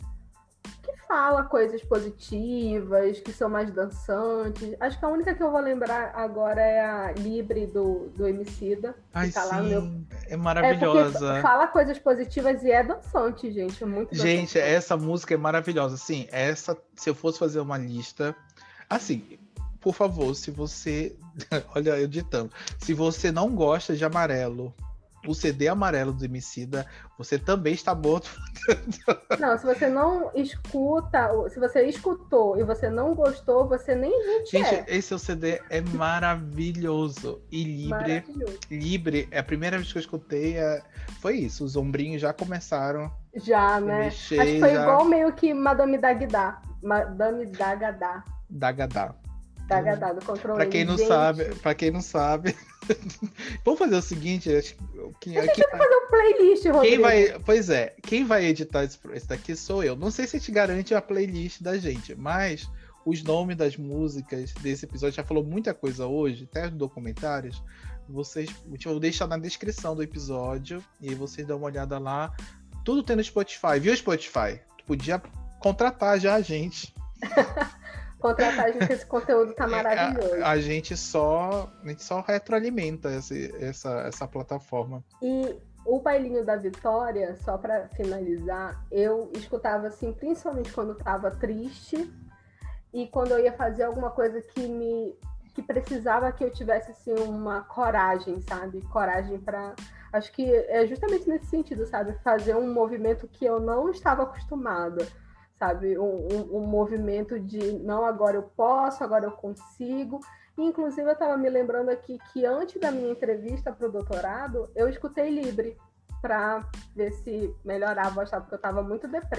Que fala coisas positivas, que são mais dançantes. Acho que a única que eu vou lembrar agora é a Libre do, do Emicida, que Ai, tá lá no meu. sim, é É porque maravilhosa. fala coisas positivas e é dançante, gente. É muito Gente, dançante. essa música é maravilhosa. Assim, essa, se eu fosse fazer uma lista. Assim, por favor, se você. Olha, eu ditando. Se você não gosta de Amarelo, o C D Amarelo do Emicida, você também está morto. Não, se você não escuta, se você escutou e você não gostou, você nem gente, Gente, é. esse C D é maravilhoso. E Libre. Maravilhoso. Libre, é a primeira vez que eu escutei. É... Foi isso, os ombrinhos já começaram Já, a né? mexer. Acho que foi já... igual meio que Madame Dagda. Madame Dagadá. Dagadá. Dagadá, do controle. Pra quem não gente. sabe, para quem não sabe, vamos fazer o seguinte, acho que a gente tem que fazer um playlist, Rodrigo. quem vai, pois é, quem vai editar esse, esse daqui sou eu. Não sei se te garante a playlist da gente, mas os nomes das músicas desse episódio já falou muita coisa hoje, até os documentários. Vocês, eu vou deixar na descrição do episódio e aí vocês dão uma olhada lá. Tudo tem no Spotify, viu, Spotify? Tu podia contratar já a gente. Contratar a gente, que esse conteúdo tá maravilhoso. A, a gente só a gente só retroalimenta esse, essa, essa plataforma. E o Bailinho da Vitória, só para finalizar, eu escutava assim, principalmente quando estava triste e quando eu ia fazer alguma coisa que me que precisava que eu tivesse assim uma coragem, sabe? Coragem para, acho que é justamente nesse sentido, sabe? Fazer um movimento que eu não estava acostumada, sabe? Um, um, um movimento de não, agora eu posso, agora eu consigo. E, inclusive, eu estava me lembrando aqui que antes da minha entrevista para o doutorado, eu escutei Libre para ver se melhorava a voz, porque eu estava muito deprê.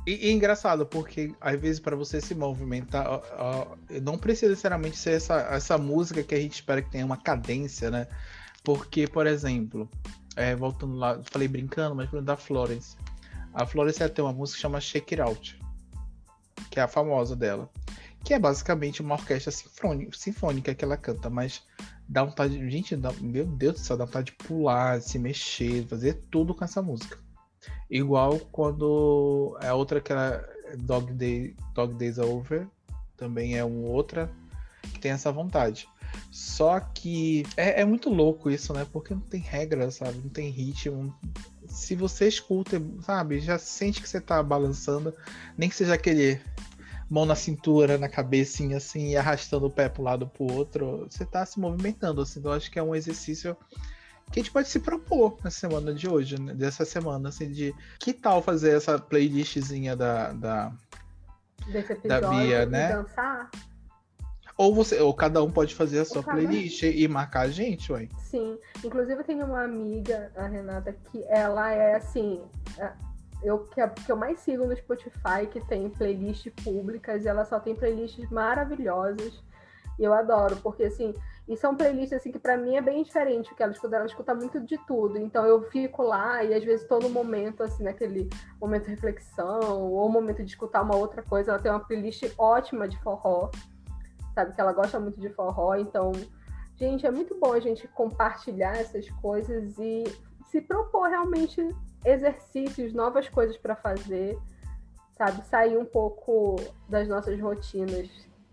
E, e é engraçado, porque às vezes para você se movimentar, ó, ó, não precisa necessariamente ser essa, essa música que a gente espera que tenha uma cadência, né? Porque, por exemplo, é, voltando lá, falei brincando, mas falando da Florence. A Florence ela tem uma música que chama Shake It Out, que é a famosa dela. Que é basicamente uma orquestra sinfônica, sinfônica que ela canta, mas dá vontade. Gente, dá, meu Deus do céu, dá vontade de pular, se mexer, fazer tudo com essa música. Igual quando a outra que era Dog, Day, Dog Days Over, também é uma outra que tem essa vontade. Só que é, é muito louco isso, né? Porque não tem regra, sabe? Não tem ritmo. Se você escuta, sabe? Já sente que você tá balançando, nem que seja aquele mão na cintura, na cabecinha, assim, e arrastando o pé para um lado pro outro, você tá se movimentando, assim. Então, eu acho que é um exercício que a gente pode se propor na semana de hoje, né? Dessa semana, assim, de que tal fazer essa playlistzinha da, da, Desse da episódio Bia, e né? dançar. Ou você, ou cada um pode fazer a sua cada- playlist e marcar a gente, ué. Sim. Inclusive, eu tenho uma amiga, a Renata, que ela é assim. é- Eu, que, a- que eu mais sigo no Spotify, que tem playlists públicas, e ela só tem playlists maravilhosas. E eu adoro, porque assim, e são playlists assim que pra mim é bem diferente, porque ela escuta, ela escuta muito de tudo. Então eu fico lá e às vezes todo momento, assim, naquele momento de reflexão, ou momento de escutar uma outra coisa, ela tem uma playlist ótima de forró, sabe? Que ela gosta muito de forró, então, gente, é muito bom a gente compartilhar essas coisas e se propor realmente exercícios, novas coisas para fazer, sabe? Sair um pouco das nossas rotinas.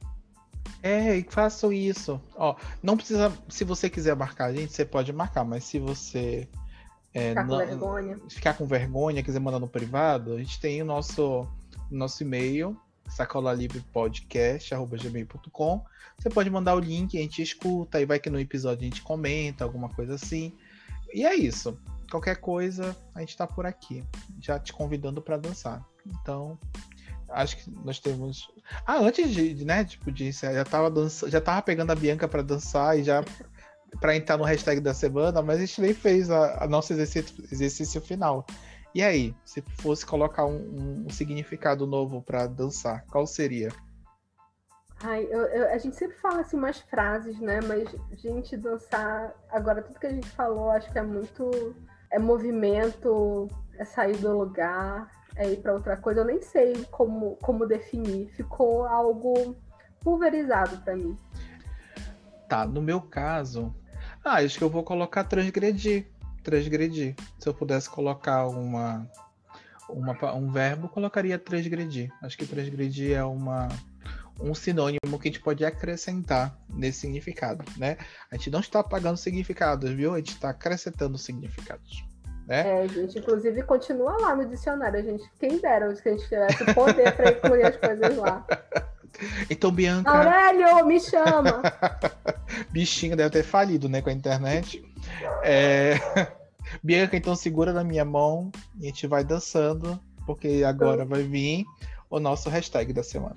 É, e façam isso. Ó, não precisa. Se você quiser marcar a gente, você pode marcar, mas se você é, Ficar com não- vergonha. ficar com vergonha, quiser mandar no privado, a gente tem o nosso, nosso e-mail, sacolalibrepodcast arroba gmail ponto com. Você pode mandar o link, a gente escuta, aí vai que no episódio a gente comenta, alguma coisa assim. E é isso. Qualquer coisa, a gente tá por aqui, já te convidando para dançar. Então, acho que nós temos. Ah, antes de, né, tipo, de encerrar, já tava dança... já tava pegando a Bianca para dançar e já para entrar no hashtag da semana, mas a gente nem fez a, a nosso exercício, exercício final. E aí, se fosse colocar um, um, um significado novo para dançar, qual seria? Ai, eu, eu, a gente sempre fala assim umas frases, né? Mas, gente, dançar. Agora, tudo que a gente falou, acho que é muito. É movimento, é sair do lugar, é ir para outra coisa. Eu nem sei como, como definir. Ficou algo pulverizado para mim. Tá, no meu caso. Ah, acho que eu vou colocar transgredir. Transgredir. Se eu pudesse colocar uma, uma, um verbo, eu colocaria transgredir. Acho que transgredir é uma. Um sinônimo que a gente pode acrescentar nesse significado, né? A gente não está apagando significados, viu? A gente está acrescentando significados, né? É, gente, inclusive continua lá no dicionário, a gente, quem dera que a gente tivesse o poder para incluir as coisas lá. Então, Bianca... Aurélio, me chama! Bichinho deve ter falido, né, com a internet. É... Bianca, então segura na minha mão e a gente vai dançando, porque agora vai vir o nosso hashtag da semana.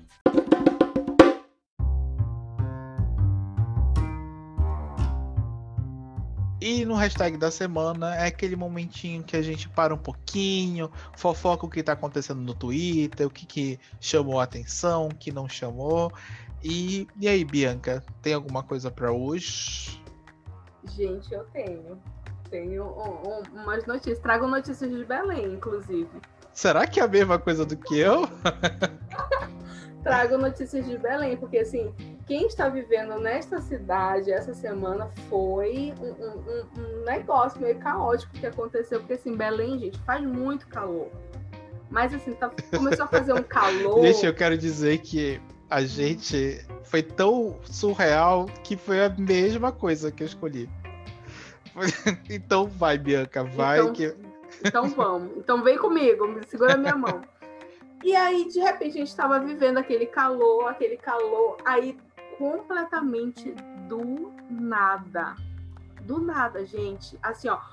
E no hashtag da semana é aquele momentinho que a gente para um pouquinho, fofoca o que tá acontecendo no Twitter, o que, que chamou a atenção, o que não chamou. E, e aí, Bianca, tem alguma coisa para hoje? Gente, eu tenho. Tenho um, um, umas notícias. Trago notícias de Belém, inclusive. Será que é a mesma coisa do que eu? Trago notícias de Belém, porque assim, quem está vivendo nesta cidade essa semana foi um, um, um negócio meio caótico que aconteceu, porque assim, Belém, gente, faz muito calor. Mas assim, tá, começou a fazer um calor. Gente, eu quero dizer que a gente foi tão surreal que foi a mesma coisa que eu escolhi. Então vai, Bianca, vai. Então, que... então vamos. Então vem comigo, segura a minha mão. E aí, de repente, a gente estava vivendo aquele calor, aquele calor, aí completamente do nada. Do nada, gente. Assim, ó.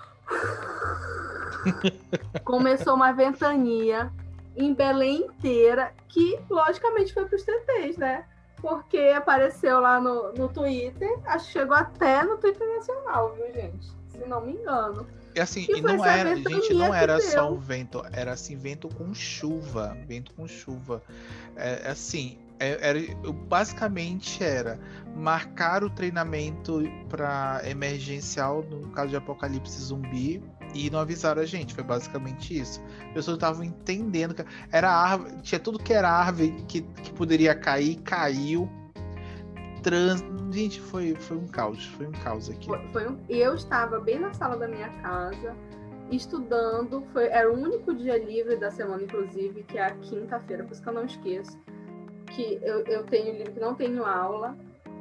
Começou uma ventania em Belém inteira, que logicamente foi para os T T's, né? Porque apareceu lá no, no Twitter, acho que chegou até no Twitter nacional, viu, gente? Se não me engano. E assim, E e foi não essa era, ventania gente, não que era deu. só um vento, era assim, vento com chuva, vento com chuva. É, é assim, é- era, basicamente era marcar o treinamento para emergencial no caso de apocalipse zumbi e não avisaram a gente, foi basicamente isso. As pessoas estavam entendendo que era árvore, tinha tudo que era árvore que, que poderia cair, caiu. Trans... Gente, foi, foi um caos, foi um caos aqui. Foi, foi um... Eu estava bem na sala da minha casa, estudando. Foi... Era o único dia livre da semana, inclusive, que é a quinta-feira, por isso que eu não esqueço. Que eu, eu tenho livro que não tenho aula.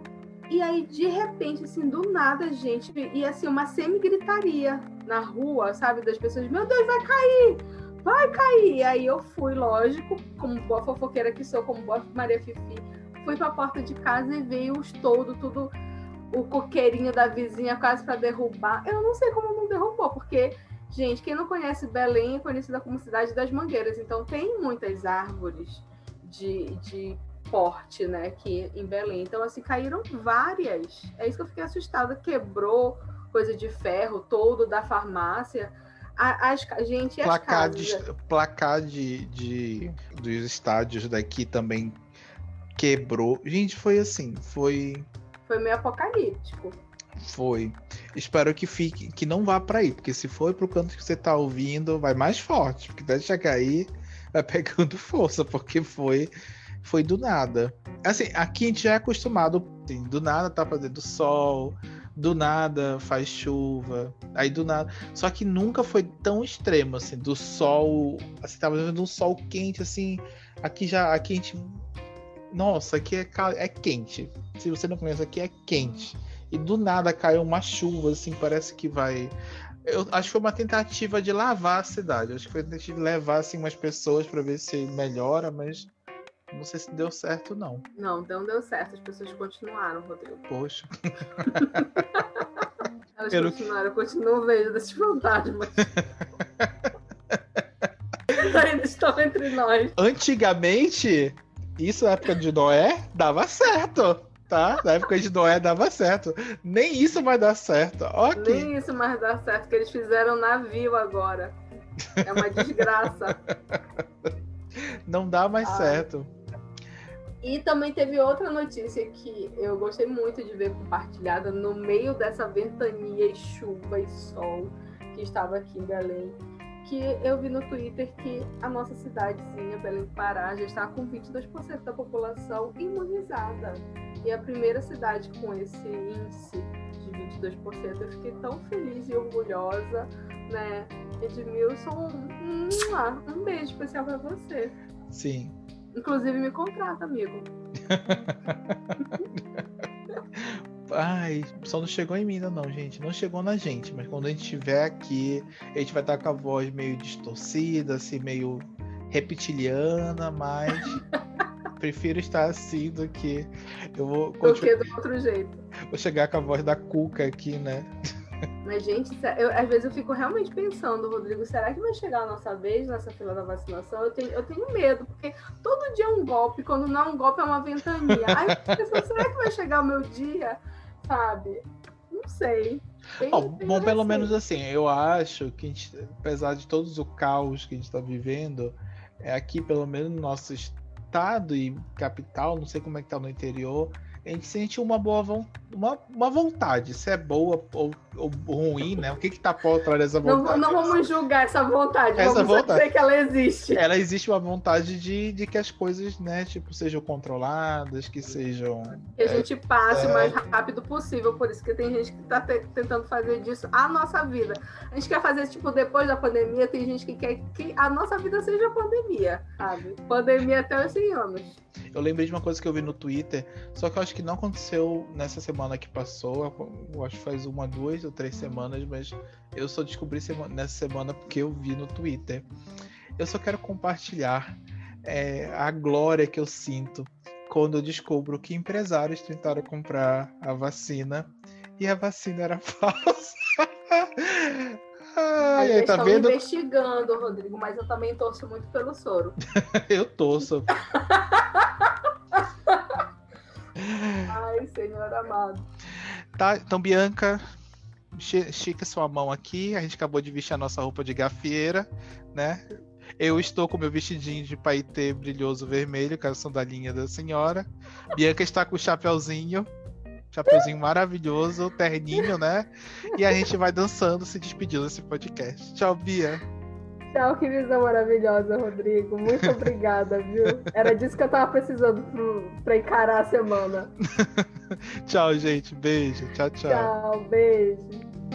E aí, de repente, assim, do nada, gente, e assim, uma semi-gritaria na rua, sabe? Das pessoas, meu Deus, vai cair! Vai cair! E aí eu fui, lógico, como boa fofoqueira que sou, como boa Maria Fifi, fui pra porta de casa e veio os todo, tudo, o coqueirinho da vizinha quase para derrubar. Eu não sei como não derrubou, porque, gente, quem não conhece Belém é conhecida como Cidade das Mangueiras, então tem muitas árvores de, de porte, né, aqui em Belém. Então, assim, caíram várias. É isso que eu fiquei assustada. Quebrou coisa de ferro todo da farmácia. As, gente, e as placar casas? De, placar de, de, dos estádios daqui também quebrou. Gente, foi assim, foi... Foi meio apocalíptico. Foi. Espero que fique, que não vá para aí, porque se for pro canto que você tá ouvindo, vai mais forte, porque até chegar aí, vai pegando força, porque foi, foi do nada. Assim, aqui a gente já é acostumado, assim, do nada tá fazendo sol, do nada faz chuva, aí do nada. Só que nunca foi tão extremo, assim, do sol, assim, tava vendo um sol quente, assim, aqui já, aqui a gente... Nossa, aqui é, é quente. Se você não conhece, aqui é quente. E do nada caiu uma chuva, assim, parece que vai... Eu acho que foi uma tentativa de lavar a cidade. Acho que foi uma tentativa de levar, assim, umas pessoas para ver se melhora, mas não sei se deu certo, não. Não, não deu certo. As pessoas continuaram, Rodrigo. Poxa. Elas Pelo... continuaram, eu continuo vendo desses fantasmas. Ainda estão entre nós. Antigamente, isso na época de Noé, dava certo. Tá? Na época de Noé dava certo. Nem isso vai dar certo. Okay. Nem isso mais dá certo, que eles fizeram navio agora. É uma desgraça. Não dá mais Ai. certo. E também teve outra notícia que eu gostei muito de ver compartilhada no meio dessa ventania e chuva e sol que estava aqui em Belém. Que eu vi no Twitter que a nossa cidadezinha, Belém do Pará, já está com vinte e dois por cento da população imunizada. E a primeira cidade com esse índice de vinte e dois por cento. Eu fiquei tão feliz e orgulhosa, né? Edmilson, um, um beijo especial para você. Sim. Inclusive, me contrata, amigo. Ai, só não chegou em mim ainda não, gente. Não chegou na gente, mas quando a gente estiver aqui, a gente vai estar com a voz meio distorcida, assim, meio reptiliana, mas prefiro estar assim do que eu vou... Do que do outro jeito. Vou chegar com a voz da Cuca aqui, né? Mas, gente, eu, às vezes eu fico realmente pensando, Rodrigo, será que vai chegar a nossa vez nessa fila da vacinação? Eu tenho, eu tenho medo, porque todo dia é um golpe, quando não é um golpe é uma ventania. Aí eu fico pensando, será que vai chegar o meu dia? Sabe? Não sei. Bem, oh, bem bom, pelo menos assim, eu acho que, a gente, apesar de todos o caos que a gente está vivendo, é aqui, pelo menos no nosso estado e capital, não sei como é que tá no interior, a gente sente uma boa uma, uma vontade, se é boa ou, ou ruim, né? O que que tá por trás dessa vontade? Não, não vamos julgar essa vontade, essa vamos vontade. dizer que ela existe. Ela existe uma vontade de, de que as coisas, né, tipo, sejam controladas, que sejam... Que a gente passe é, o mais rápido possível, por isso que tem gente que tá te, tentando fazer disso a nossa vida. A gente quer fazer, tipo, depois da pandemia, tem gente que quer que a nossa vida seja pandemia, sabe? Pandemia até os cem anos. Eu lembrei de uma coisa que eu vi no Twitter, só que eu acho que não aconteceu nessa semana que passou, eu acho que faz uma, duas ou três semanas, mas eu só descobri nessa semana porque eu vi no Twitter. Eu só quero compartilhar é, a glória que eu sinto quando eu descubro que empresários tentaram comprar a vacina e a vacina era falsa. Ai, eles tá estão vendo? investigando, Rodrigo, mas eu também torço muito pelo soro. Eu torço. Ai, Senhor amado. Tá, então, Bianca, estica sua mão aqui. A gente acabou de vestir a nossa roupa de gafieira, né? Eu estou com meu vestidinho de paetê brilhoso vermelho, com a sandalinha da senhora. Bianca está com o chapeuzinho, chapeuzinho maravilhoso, terninho, né? E a gente vai dançando, se despedindo desse podcast. Tchau, Bia. Tchau, que visão maravilhosa, Rodrigo. Muito obrigada, viu? Era disso que eu tava precisando pro, pra encarar a semana. Tchau, gente. Beijo. Tchau, tchau. Tchau, beijo.